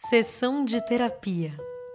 Sessão de terapia.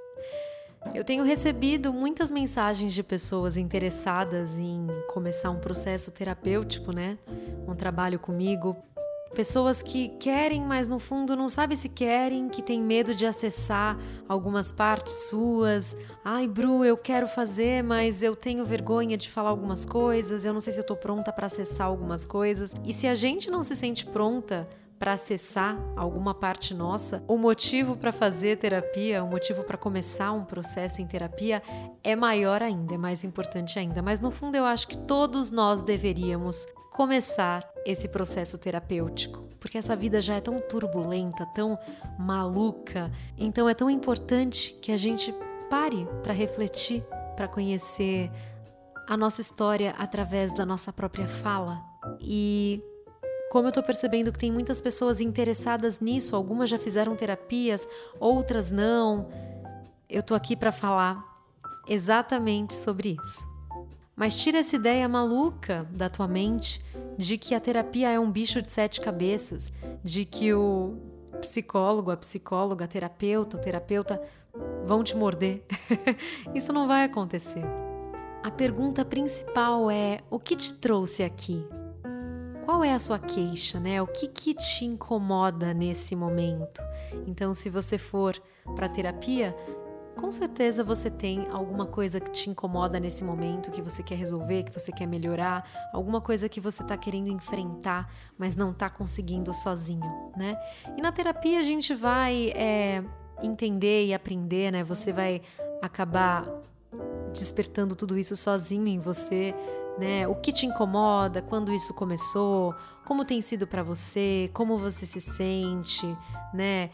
Eu tenho recebido muitas mensagens de pessoas interessadas em começar um processo terapêutico, né? Um trabalho comigo. Pessoas que querem, mas no fundo não sabem se querem, que têm medo de acessar algumas partes suas. Ai, Bru, eu quero fazer, mas eu tenho vergonha de falar algumas coisas, eu não sei se eu tô pronta para acessar algumas coisas. E se a gente não se sente pronta para acessar alguma parte nossa, o motivo para fazer terapia, o motivo para começar um processo em terapia é maior ainda, é mais importante ainda. Mas no fundo eu acho que todos nós deveríamos começar esse processo terapêutico, porque essa vida já é tão turbulenta, tão maluca, então é tão importante que a gente pare para refletir, para conhecer a nossa história através da nossa própria fala. E como eu tô percebendo que tem muitas pessoas interessadas nisso, algumas já fizeram terapias, outras não, eu tô aqui para falar exatamente sobre isso. Mas tira essa ideia maluca da tua mente de que a terapia é um bicho de 7 cabeças, de que o psicólogo, a psicóloga, a terapeuta, o terapeuta vão te morder. Isso não vai acontecer. A pergunta principal é: o que te trouxe aqui? Qual é a sua queixa, né? O que te incomoda nesse momento? Então, se você for para terapia, com certeza você tem alguma coisa que te incomoda nesse momento, que você quer resolver, que você quer melhorar, alguma coisa que você está querendo enfrentar, mas não está conseguindo sozinho, né? E na terapia a gente vai entender e aprender, né? Você vai acabar despertando tudo isso sozinho em você, né? O que te incomoda, quando isso começou, como tem sido para você, como você se sente, né?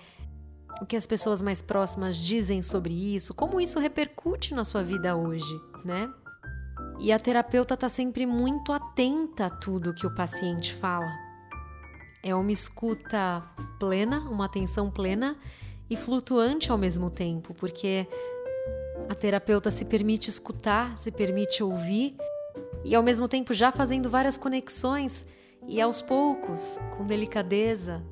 O que as pessoas mais próximas dizem sobre isso, como isso repercute na sua vida hoje, né? E a terapeuta está sempre muito atenta a tudo que o paciente fala. É uma escuta plena, uma atenção plena e flutuante ao mesmo tempo, porque a terapeuta se permite escutar, se permite ouvir e ao mesmo tempo já fazendo várias conexões e aos poucos, com delicadeza,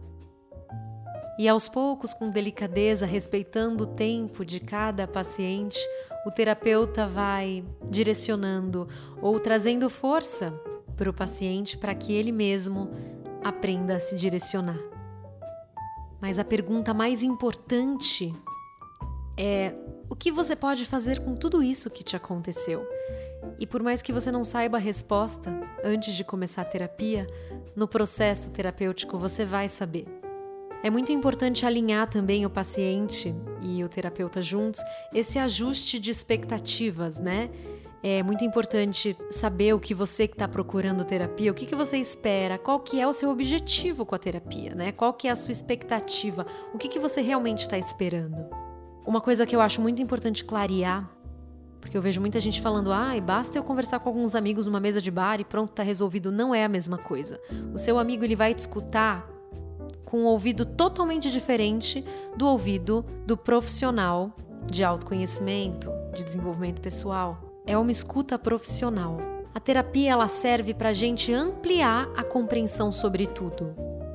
respeitando o tempo de cada paciente, o terapeuta vai direcionando ou trazendo força para o paciente para que ele mesmo aprenda a se direcionar. Mas a pergunta mais importante é: o que você pode fazer com tudo isso que te aconteceu? E por mais que você não saiba a resposta antes de começar a terapia, no processo terapêutico você vai saber. É muito importante alinhar também o paciente e o terapeuta juntos, esse ajuste de expectativas, né? É muito importante saber o que você que está procurando terapia, o que você espera, qual que é o seu objetivo com a terapia, né? Qual que é a sua expectativa, o que você realmente está esperando. Uma coisa que eu acho muito importante clarear, porque eu vejo muita gente falando: basta eu conversar com alguns amigos numa mesa de bar e pronto, tá resolvido. Não é a mesma coisa. O seu amigo, ele vai te escutar com um ouvido totalmente diferente do ouvido do profissional de autoconhecimento, de desenvolvimento pessoal. É uma escuta profissional. A terapia, ela serve pra gente ampliar a compreensão sobre tudo.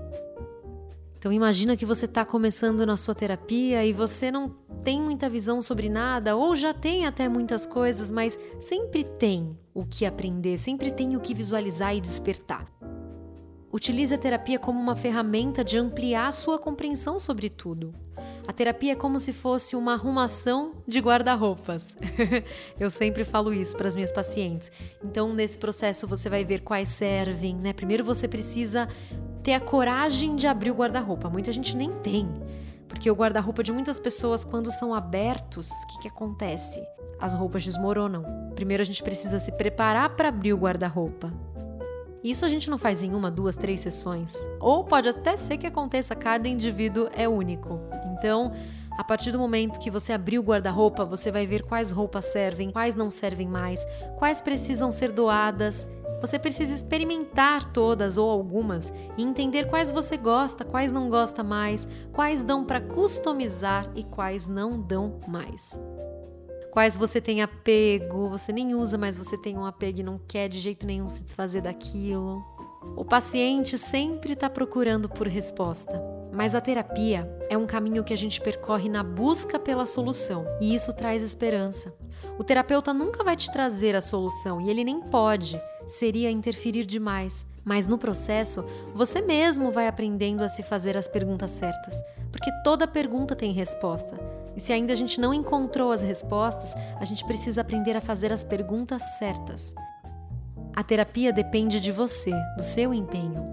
Então imagina que você está começando na sua terapia e você não tem muita visão sobre nada, ou já tem até muitas coisas, mas sempre tem o que aprender, sempre tem o que visualizar e despertar. Utilize a terapia como uma ferramenta de ampliar a sua compreensão sobre tudo. A terapia é como se fosse uma arrumação de guarda-roupas. Eu sempre falo isso para as minhas pacientes. Então, nesse processo, você vai ver quais servem, né? Primeiro, você precisa ter a coragem de abrir o guarda-roupa. Muita gente nem tem, porque o guarda-roupa de muitas pessoas, quando são abertos, o que acontece? As roupas desmoronam. Primeiro, a gente precisa se preparar para abrir o guarda-roupa. Isso a gente não faz em 1, 2, 3 sessões. Ou pode até ser que aconteça, cada indivíduo é único. Então, a partir do momento que você abrir o guarda-roupa, você vai ver quais roupas servem, quais não servem mais, quais precisam ser doadas. Você precisa experimentar todas ou algumas e entender quais você gosta, quais não gosta mais, quais dão para customizar e quais não dão mais. Quais você tem apego, você nem usa, mas você tem um apego e não quer de jeito nenhum se desfazer daquilo. O paciente sempre está procurando por resposta, mas a terapia é um caminho que a gente percorre na busca pela solução, e isso traz esperança. O terapeuta nunca vai te trazer a solução, e ele nem pode, seria interferir demais. Mas no processo, você mesmo vai aprendendo a se fazer as perguntas certas, porque toda pergunta tem resposta. E se ainda a gente não encontrou as respostas, a gente precisa aprender a fazer as perguntas certas. A terapia depende de você, do seu empenho.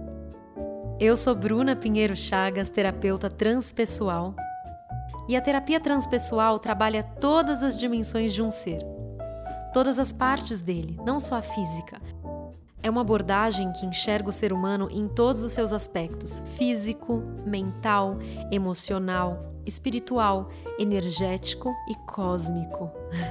Eu sou Bruna Pinheiro Chagas, terapeuta transpessoal. E a terapia transpessoal trabalha todas as dimensões de um ser. Todas as partes dele, não só a física. É uma abordagem que enxerga o ser humano em todos os seus aspectos: físico, mental, emocional, espiritual, energético e cósmico.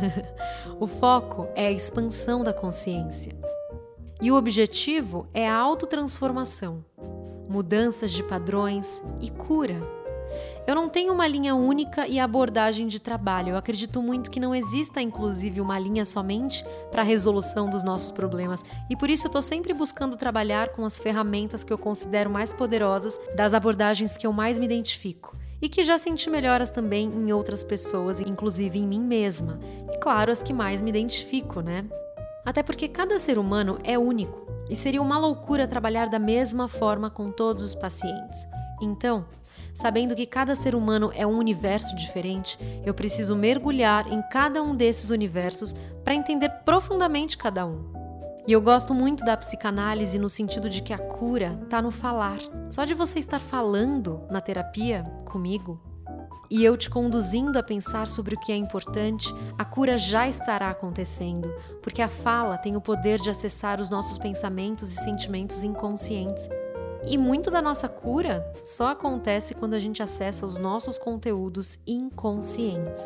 O foco é a expansão da consciência. E o objetivo é a autotransformação, mudanças de padrões e cura. Eu não tenho uma linha única e abordagem de trabalho. Eu acredito muito que não exista, inclusive, uma linha somente para a resolução dos nossos problemas. E por isso eu estou sempre buscando trabalhar com as ferramentas que eu considero mais poderosas, das abordagens que eu mais me identifico. E que já senti melhoras também em outras pessoas, inclusive em mim mesma. E claro, as que mais me identifico, né? Até porque cada ser humano é único. E seria uma loucura trabalhar da mesma forma com todos os pacientes. Então, sabendo que cada ser humano é um universo diferente, eu preciso mergulhar em cada um desses universos para entender profundamente cada um. E eu gosto muito da psicanálise no sentido de que a cura está no falar. Só de você estar falando na terapia comigo e eu te conduzindo a pensar sobre o que é importante, a cura já estará acontecendo, porque a fala tem o poder de acessar os nossos pensamentos e sentimentos inconscientes. E muito da nossa cura só acontece quando a gente acessa os nossos conteúdos inconscientes.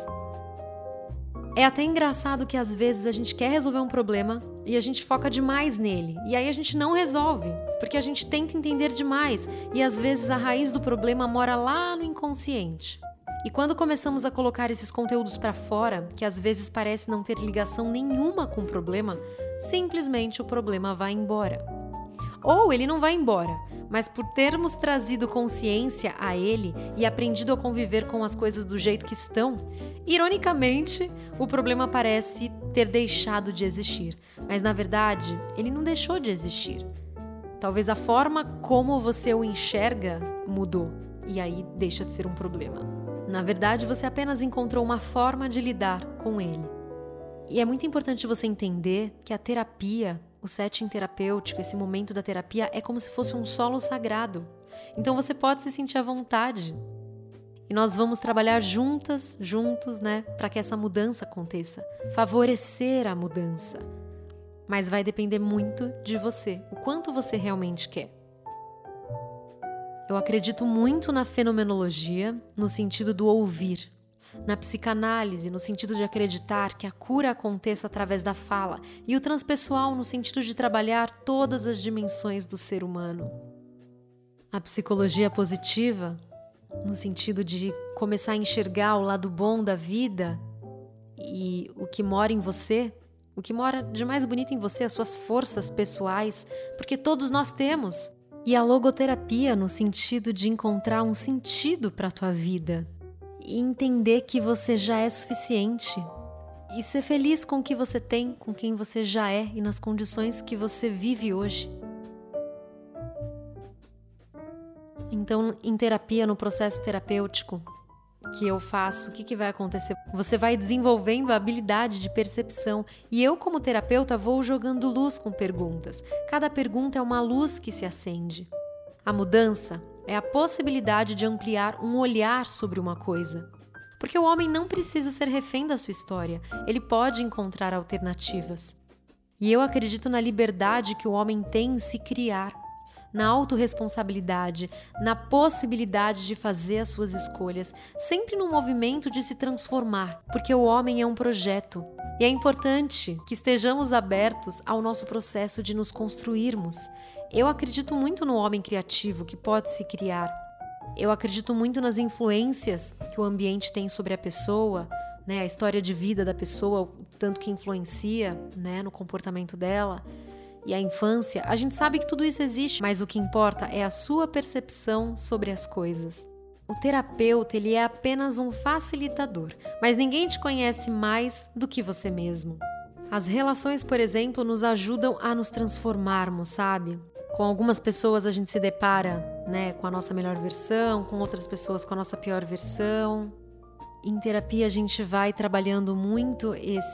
É até engraçado que às vezes a gente quer resolver um problema e a gente foca demais nele, e aí a gente não resolve, porque a gente tenta entender demais e às vezes a raiz do problema mora lá no inconsciente. E quando começamos a colocar esses conteúdos para fora, que às vezes parece não ter ligação nenhuma com o problema, simplesmente o problema vai embora. Ou ele não vai embora, mas por termos trazido consciência a ele e aprendido a conviver com as coisas do jeito que estão, ironicamente, o problema parece ter deixado de existir. Mas na verdade, ele não deixou de existir. Talvez a forma como você o enxerga mudou, e aí deixa de ser um problema. Na verdade, você apenas encontrou uma forma de lidar com ele. E é muito importante você entender que a terapia, o setting terapêutico, esse momento da terapia é como se fosse um solo sagrado. Então você pode se sentir à vontade. E nós vamos trabalhar juntos, né, para que essa mudança aconteça, favorecer a mudança. Mas vai depender muito de você, o quanto você realmente quer. Eu acredito muito na fenomenologia, no sentido do ouvir. Na psicanálise, no sentido de acreditar que a cura aconteça através da fala, e o transpessoal, no sentido de trabalhar todas as dimensões do ser humano. A psicologia positiva, no sentido de começar a enxergar o lado bom da vida e o que mora em você, o que mora de mais bonito em você, as suas forças pessoais, porque todos nós temos. E a logoterapia, no sentido de encontrar um sentido para a tua vida. E entender que você já é suficiente e ser feliz com o que você tem, com quem você já é e nas condições que você vive hoje. Então, em terapia, no processo terapêutico que eu faço, o que vai acontecer? Você vai desenvolvendo a habilidade de percepção e eu, como terapeuta, vou jogando luz com perguntas. Cada pergunta é uma luz que se acende. A mudança é a possibilidade de ampliar um olhar sobre uma coisa. Porque o homem não precisa ser refém da sua história, ele pode encontrar alternativas. E eu acredito na liberdade que o homem tem em se criar, na autorresponsabilidade, na possibilidade de fazer as suas escolhas, sempre num movimento de se transformar, porque o homem é um projeto. E é importante que estejamos abertos ao nosso processo de nos construirmos. Eu acredito muito no homem criativo que pode se criar. Eu acredito muito nas influências que o ambiente tem sobre a pessoa, né? A história de vida da pessoa, o tanto que influencia, né, no comportamento dela. e a infância, a gente sabe que tudo isso existe, mas o que importa é a sua percepção sobre as coisas. O terapeuta, ele é apenas um facilitador, mas ninguém te conhece mais do que você mesmo. As relações, por exemplo, nos ajudam a nos transformarmos, sabe? Com algumas pessoas a gente se depara, com a nossa melhor versão, com outras pessoas com a nossa pior versão. Em terapia a gente vai trabalhando muito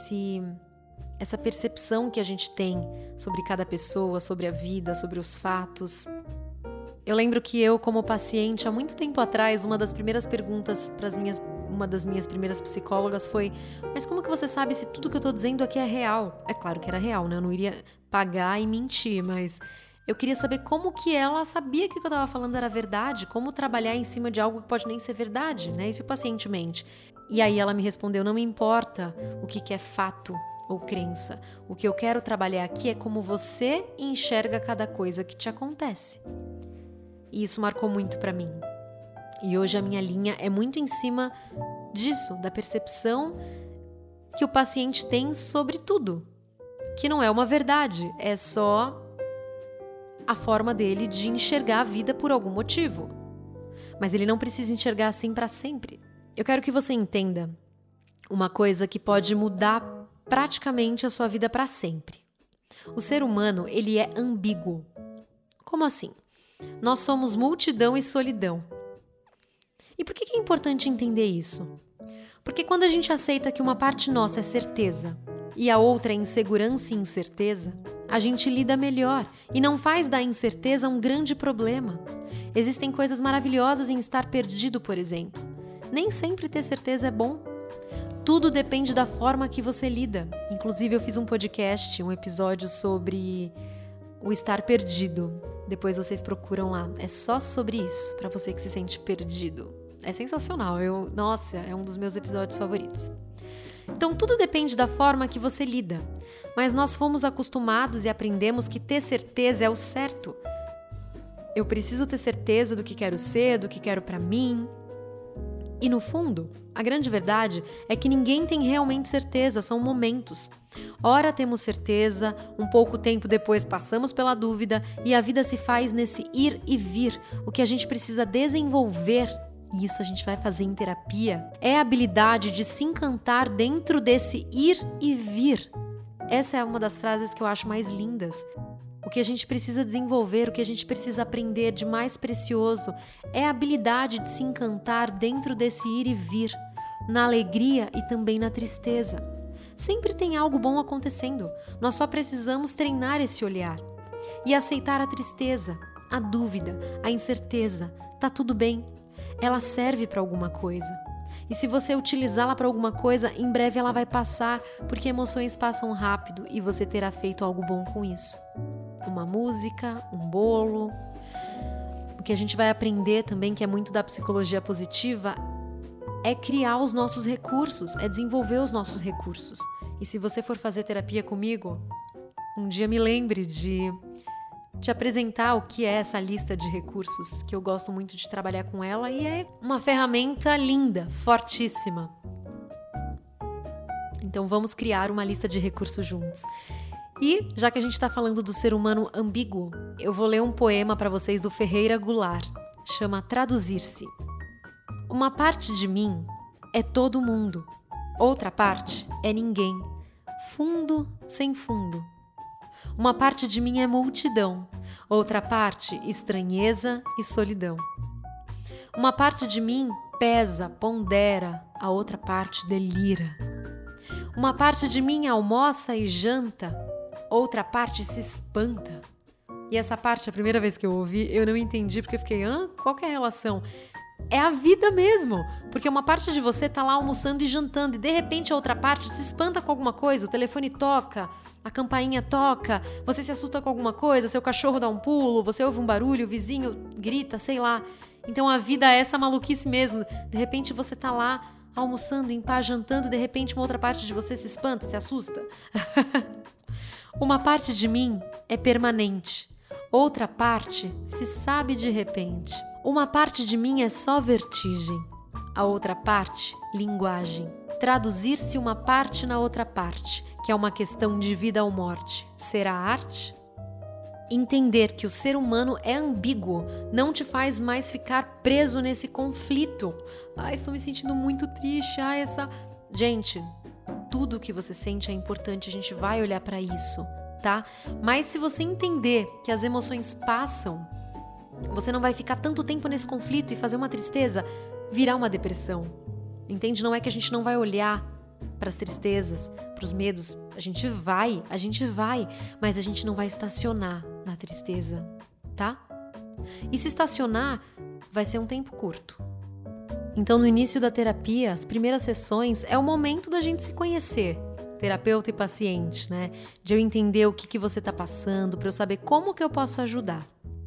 essa percepção que a gente tem sobre cada pessoa, sobre a vida, sobre os fatos. Eu lembro que eu, como paciente, há muito tempo atrás, uma das primeiras perguntas para uma das minhas primeiras psicólogas foi: mas como que você sabe se tudo que eu tô dizendo aqui é real? É claro que era real, né? Eu não iria pagar e mentir, mas eu queria saber como que ela sabia que o que eu tava falando era verdade, como trabalhar em cima de algo que pode nem ser verdade, né? E se o paciente mente? E aí ela me respondeu: não me importa o que é fato ou crença. O que eu quero trabalhar aqui é como você enxerga cada coisa que te acontece. E isso marcou muito para mim. E hoje a minha linha é muito em cima disso, da percepção que o paciente tem sobre tudo. Que não é uma verdade, é só a forma dele de enxergar a vida por algum motivo. Mas ele não precisa enxergar assim para sempre. Eu quero que você entenda uma coisa que pode mudar praticamente a sua vida para sempre. O ser humano, ele é ambíguo. Como assim? Nós somos multidão e solidão. E por que é importante entender isso? Porque quando a gente aceita que uma parte nossa é certeza e a outra é insegurança e incerteza, a gente lida melhor e não faz da incerteza um grande problema. Existem coisas maravilhosas em estar perdido, por exemplo. Nem sempre ter certeza é bom. Tudo depende da forma que você lida. Inclusive, eu fiz um podcast, um episódio sobre o estar perdido. Depois vocês procuram lá. É só sobre isso, para você que se sente perdido. É sensacional. Nossa, é um dos meus episódios favoritos. Então, tudo depende da forma que você lida. Mas nós fomos acostumados e aprendemos que ter certeza é o certo. Eu preciso ter certeza do que quero ser, do que quero para mim. E no fundo, a grande verdade é que ninguém tem realmente certeza, são momentos. Ora temos certeza, um pouco tempo depois passamos pela dúvida e a vida se faz nesse ir e vir. O que a gente precisa desenvolver, e isso a gente vai fazer em terapia, é a habilidade de se encantar dentro desse ir e vir. Essa é uma das frases que eu acho mais lindas. O que a gente precisa desenvolver, o que a gente precisa aprender de mais precioso é a habilidade de se encantar dentro desse ir e vir, na alegria e também na tristeza. Sempre tem algo bom acontecendo, nós só precisamos treinar esse olhar e aceitar a tristeza, a dúvida, a incerteza. Tá tudo bem, ela serve para alguma coisa. E se você utilizá-la para alguma coisa, em breve ela vai passar, porque emoções passam rápido e você terá feito algo bom com isso. Uma música, um bolo. O que a gente vai aprender também, que é muito da psicologia positiva, é criar os nossos recursos, é desenvolver os nossos recursos. E se você for fazer terapia comigo, um dia me lembre de te apresentar o que é essa lista de recursos, que eu gosto muito de trabalhar com ela e é uma ferramenta linda, fortíssima. Então vamos criar uma lista de recursos juntos. E, já que a gente está falando do ser humano ambíguo, eu vou ler um poema para vocês do Ferreira Goulart. Chama Traduzir-se. Uma parte de mim é todo mundo. Outra parte é ninguém. Fundo sem fundo. Uma parte de mim é multidão. Outra parte, estranheza e solidão. Uma parte de mim pesa, pondera. A outra parte delira. Uma parte de mim almoça e janta. Outra parte se espanta. E essa parte, a primeira vez que eu ouvi, eu não entendi, porque eu fiquei, qual que é a relação? É a vida mesmo, porque uma parte de você tá lá almoçando e jantando, e de repente a outra parte se espanta com alguma coisa, o telefone toca, a campainha toca, você se assusta com alguma coisa, seu cachorro dá um pulo, você ouve um barulho, o vizinho grita, sei lá. Então a vida é essa maluquice mesmo, de repente você tá lá almoçando, em paz, jantando, de repente uma outra parte de você se espanta, se assusta. Uma parte de mim é permanente, outra parte se sabe de repente. Uma parte de mim é só vertigem, a outra parte, linguagem. Traduzir-se uma parte na outra parte, que é uma questão de vida ou morte. Será arte? Entender que o ser humano é ambíguo não te faz mais ficar preso nesse conflito. Estou me sentindo muito triste. Gente, tudo que você sente é importante, a gente vai olhar para isso, tá? Mas se você entender que as emoções passam, você não vai ficar tanto tempo nesse conflito e fazer uma tristeza virar uma depressão. Entende? Não é que a gente não vai olhar para as tristezas, para os medos. A gente vai, mas a gente não vai estacionar na tristeza, tá? E se estacionar, vai ser um tempo curto. Então, no início da terapia, as primeiras sessões é o momento da gente se conhecer, terapeuta e paciente, né? De eu entender o que você está passando, para eu saber como que eu posso ajudar.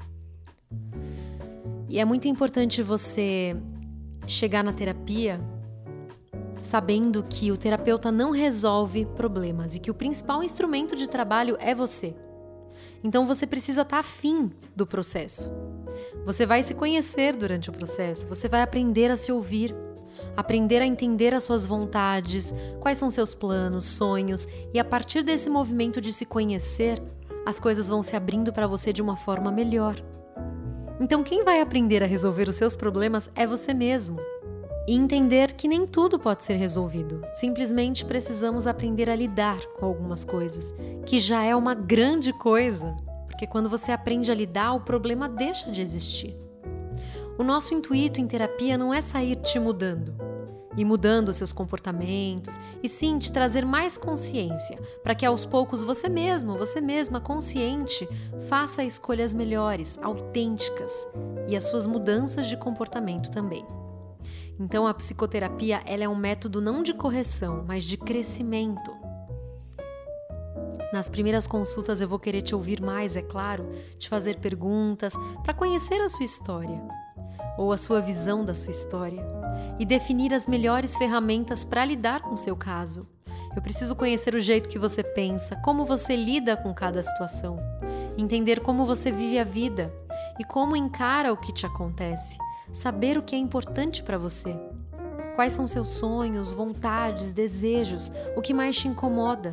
E é muito importante você chegar na terapia sabendo que o terapeuta não resolve problemas e que o principal instrumento de trabalho é você. Então você precisa estar afim do processo. Você vai se conhecer durante o processo, você vai aprender a se ouvir, aprender a entender as suas vontades, quais são seus planos, sonhos, e a partir desse movimento de se conhecer, as coisas vão se abrindo para você de uma forma melhor. Então quem vai aprender a resolver os seus problemas é você mesmo. E entender que nem tudo pode ser resolvido. Simplesmente precisamos aprender a lidar com algumas coisas, que já é uma grande coisa, porque quando você aprende a lidar, o problema deixa de existir. O nosso intuito em terapia não é sair te mudando e mudando os seus comportamentos, e sim te trazer mais consciência, para que aos poucos você mesma, consciente, faça escolhas melhores, autênticas, e as suas mudanças de comportamento também. Então a psicoterapia, ela é um método não de correção, mas de crescimento. Nas primeiras consultas eu vou querer te ouvir mais, é claro, te fazer perguntas para conhecer a sua história, ou a sua visão da sua história, e definir as melhores ferramentas para lidar com o seu caso. Eu preciso conhecer o jeito que você pensa, como você lida com cada situação, entender como você vive a vida e como encara o que te acontece. Saber o que é importante para você. Quais são seus sonhos, vontades, desejos, o que mais te incomoda.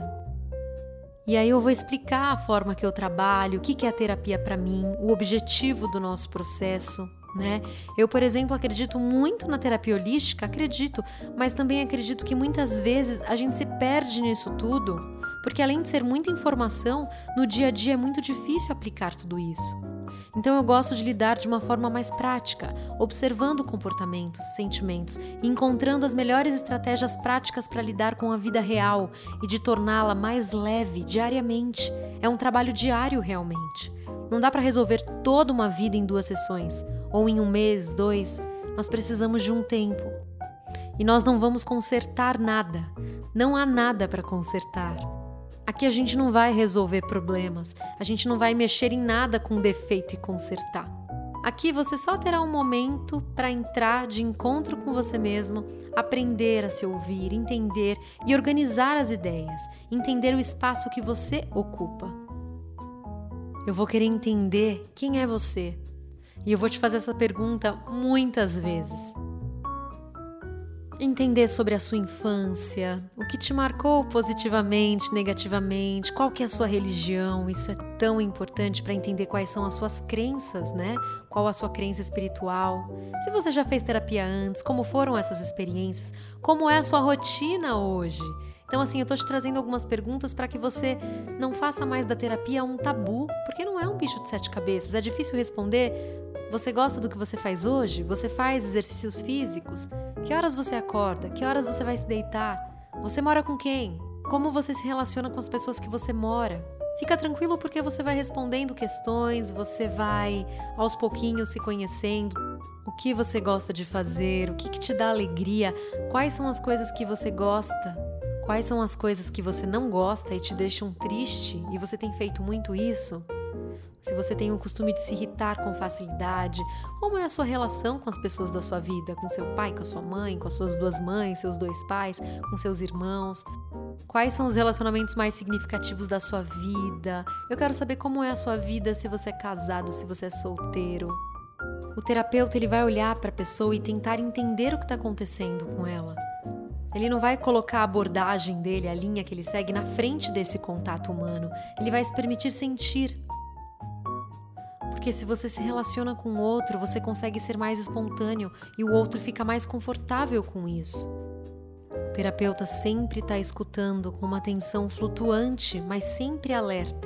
E aí eu vou explicar a forma que eu trabalho, o que é a terapia para mim, o objetivo do nosso processo, né? Eu, por exemplo, acredito muito na terapia holística, mas também acredito que muitas vezes a gente se perde nisso tudo, porque além de ser muita informação, no dia a dia é muito difícil aplicar tudo isso. Então eu gosto de lidar de uma forma mais prática, observando comportamentos, sentimentos e encontrando as melhores estratégias práticas para lidar com a vida real e de torná-la mais leve diariamente. É um trabalho diário realmente. Não dá para resolver toda uma vida em 2 sessões, ou em 1 mês, 2. Nós precisamos de um tempo. E nós não vamos consertar nada. Não há nada para consertar. Aqui a gente não vai resolver problemas, a gente não vai mexer em nada com defeito e consertar. Aqui você só terá um momento para entrar de encontro com você mesmo, aprender a se ouvir, entender e organizar as ideias, entender o espaço que você ocupa. Eu vou querer entender quem é você e eu vou te fazer essa pergunta muitas vezes. Entender sobre a sua infância, o que te marcou positivamente, negativamente, qual que é a sua religião, isso é tão importante para entender quais são as suas crenças, né? Qual a sua crença espiritual, se você já fez terapia antes, como foram essas experiências, como é a sua rotina hoje. Então assim, eu tô te trazendo algumas perguntas para que você não faça mais da terapia um tabu, porque não é um bicho de 7 cabeças, é difícil responder. Você gosta do que você faz hoje? Você faz exercícios físicos? Que horas você acorda? Que horas você vai se deitar? Você mora com quem? Como você se relaciona com as pessoas que você mora? Fica tranquilo porque você vai respondendo questões, você vai aos pouquinhos se conhecendo. O que você gosta de fazer? O que te dá alegria? Quais são as coisas que você gosta? Quais são as coisas que você não gosta e te deixam triste? E você tem feito muito isso? Se você tem o costume de se irritar com facilidade, como é a sua relação com as pessoas da sua vida, com seu pai, com a sua mãe, com as suas 2 mães, seus 2 pais, com seus irmãos? Quais são os relacionamentos mais significativos da sua vida? Eu quero saber como é a sua vida, se você é casado, se você é solteiro. O terapeuta, ele vai olhar para a pessoa e tentar entender o que está acontecendo com ela. Ele não vai colocar a abordagem dele, a linha que ele segue, na frente desse contato humano. Ele vai se permitir sentir. Porque se você se relaciona com o outro, você consegue ser mais espontâneo e o outro fica mais confortável com isso. O terapeuta sempre está escutando com uma atenção flutuante, mas sempre alerta,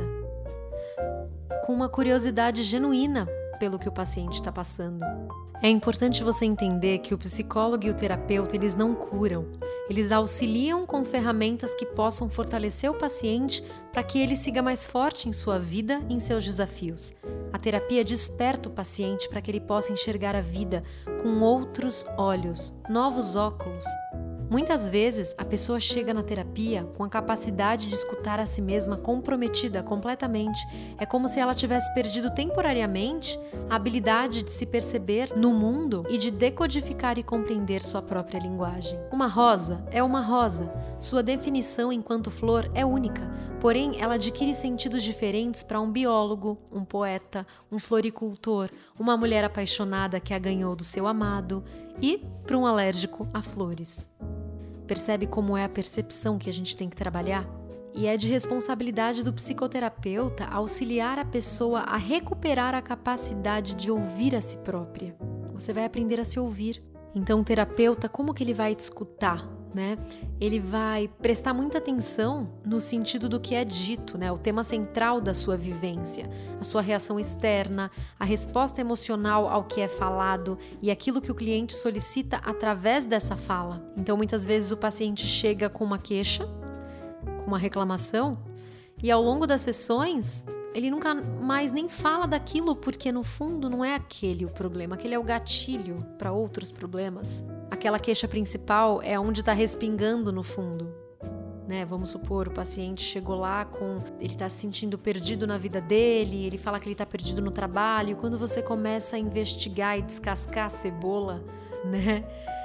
com uma curiosidade genuína pelo que o paciente está passando. É importante você entender que o psicólogo e o terapeuta, eles não curam. Eles auxiliam com ferramentas que possam fortalecer o paciente para que ele siga mais forte em sua vida e em seus desafios. A terapia desperta o paciente para que ele possa enxergar a vida com outros olhos, novos óculos. Muitas vezes, a pessoa chega na terapia com a capacidade de escutar a si mesma comprometida completamente. É como se ela tivesse perdido temporariamente a habilidade de se perceber no mundo e de decodificar e compreender sua própria linguagem. Uma rosa é uma rosa. Sua definição enquanto flor é única, porém ela adquire sentidos diferentes para um biólogo, um poeta, um floricultor, uma mulher apaixonada que a ganhou do seu amado e para um alérgico a flores. Percebe como é a percepção que a gente tem que trabalhar? E é de responsabilidade do psicoterapeuta auxiliar a pessoa a recuperar a capacidade de ouvir a si própria. Você vai aprender a se ouvir. Então, o terapeuta, como que ele vai te escutar, né? Ele vai prestar muita atenção no sentido do que é dito, né? O tema central da sua vivência, a sua reação externa, a resposta emocional ao que é falado e aquilo que o cliente solicita através dessa fala. Então, muitas vezes o paciente chega com uma queixa, com uma reclamação, e ao longo das sessões ele nunca mais nem fala daquilo, porque no fundo não é aquele o problema, aquele é o gatilho para outros problemas. Aquela queixa principal é onde está respingando no fundo, né? Vamos supor, o paciente chegou lá ele está se sentindo perdido na vida dele, ele fala que ele está perdido no trabalho. Quando você começa a investigar e descascar a cebola, né?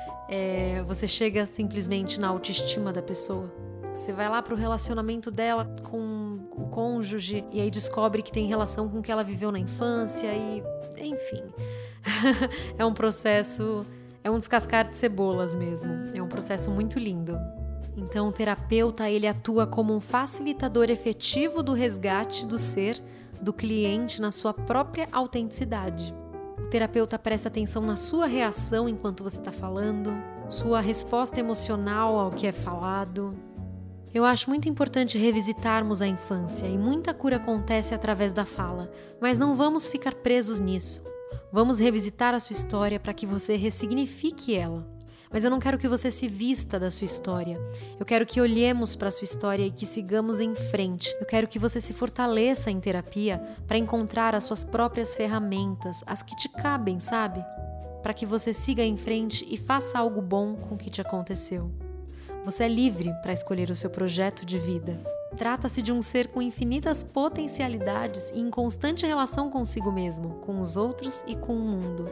Você chega simplesmente na autoestima da pessoa. Você vai lá pro relacionamento dela com o cônjuge e aí descobre que tem relação com o que ela viveu na infância e, enfim, é um processo, é um descascar de cebolas mesmo, é um processo muito lindo. Então o terapeuta, ele atua como um facilitador efetivo do resgate do ser do cliente na sua própria autenticidade. O terapeuta presta atenção na sua reação enquanto você está falando, sua resposta emocional ao que é falado. Eu acho muito importante revisitarmos a infância e muita cura acontece através da fala, mas não vamos ficar presos nisso. Vamos revisitar a sua história para que você ressignifique ela. Mas eu não quero que você se vista da sua história. Eu quero que olhemos para a sua história e que sigamos em frente. Eu quero que você se fortaleça em terapia para encontrar as suas próprias ferramentas, as que te cabem, sabe? Para que você siga em frente e faça algo bom com o que te aconteceu. Você é livre para escolher o seu projeto de vida. Trata-se de um ser com infinitas potencialidades e em constante relação consigo mesmo, com os outros e com o mundo.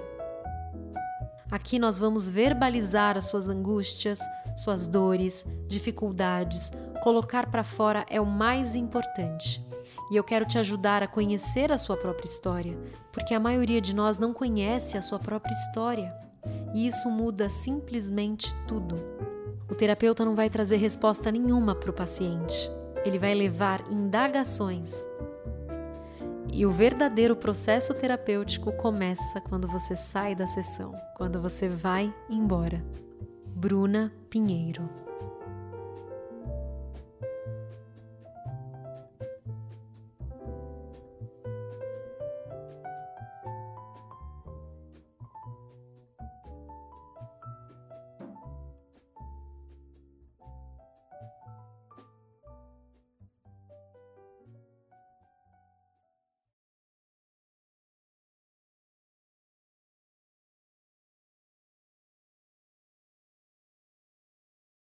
Aqui nós vamos verbalizar as suas angústias, suas dores, dificuldades. Colocar para fora é o mais importante. E eu quero te ajudar a conhecer a sua própria história, porque a maioria de nós não conhece a sua própria história. E isso muda simplesmente tudo. O terapeuta não vai trazer resposta nenhuma para o paciente. Ele vai levar indagações. E o verdadeiro processo terapêutico começa quando você sai da sessão, quando você vai embora. Bruna Pinheiro.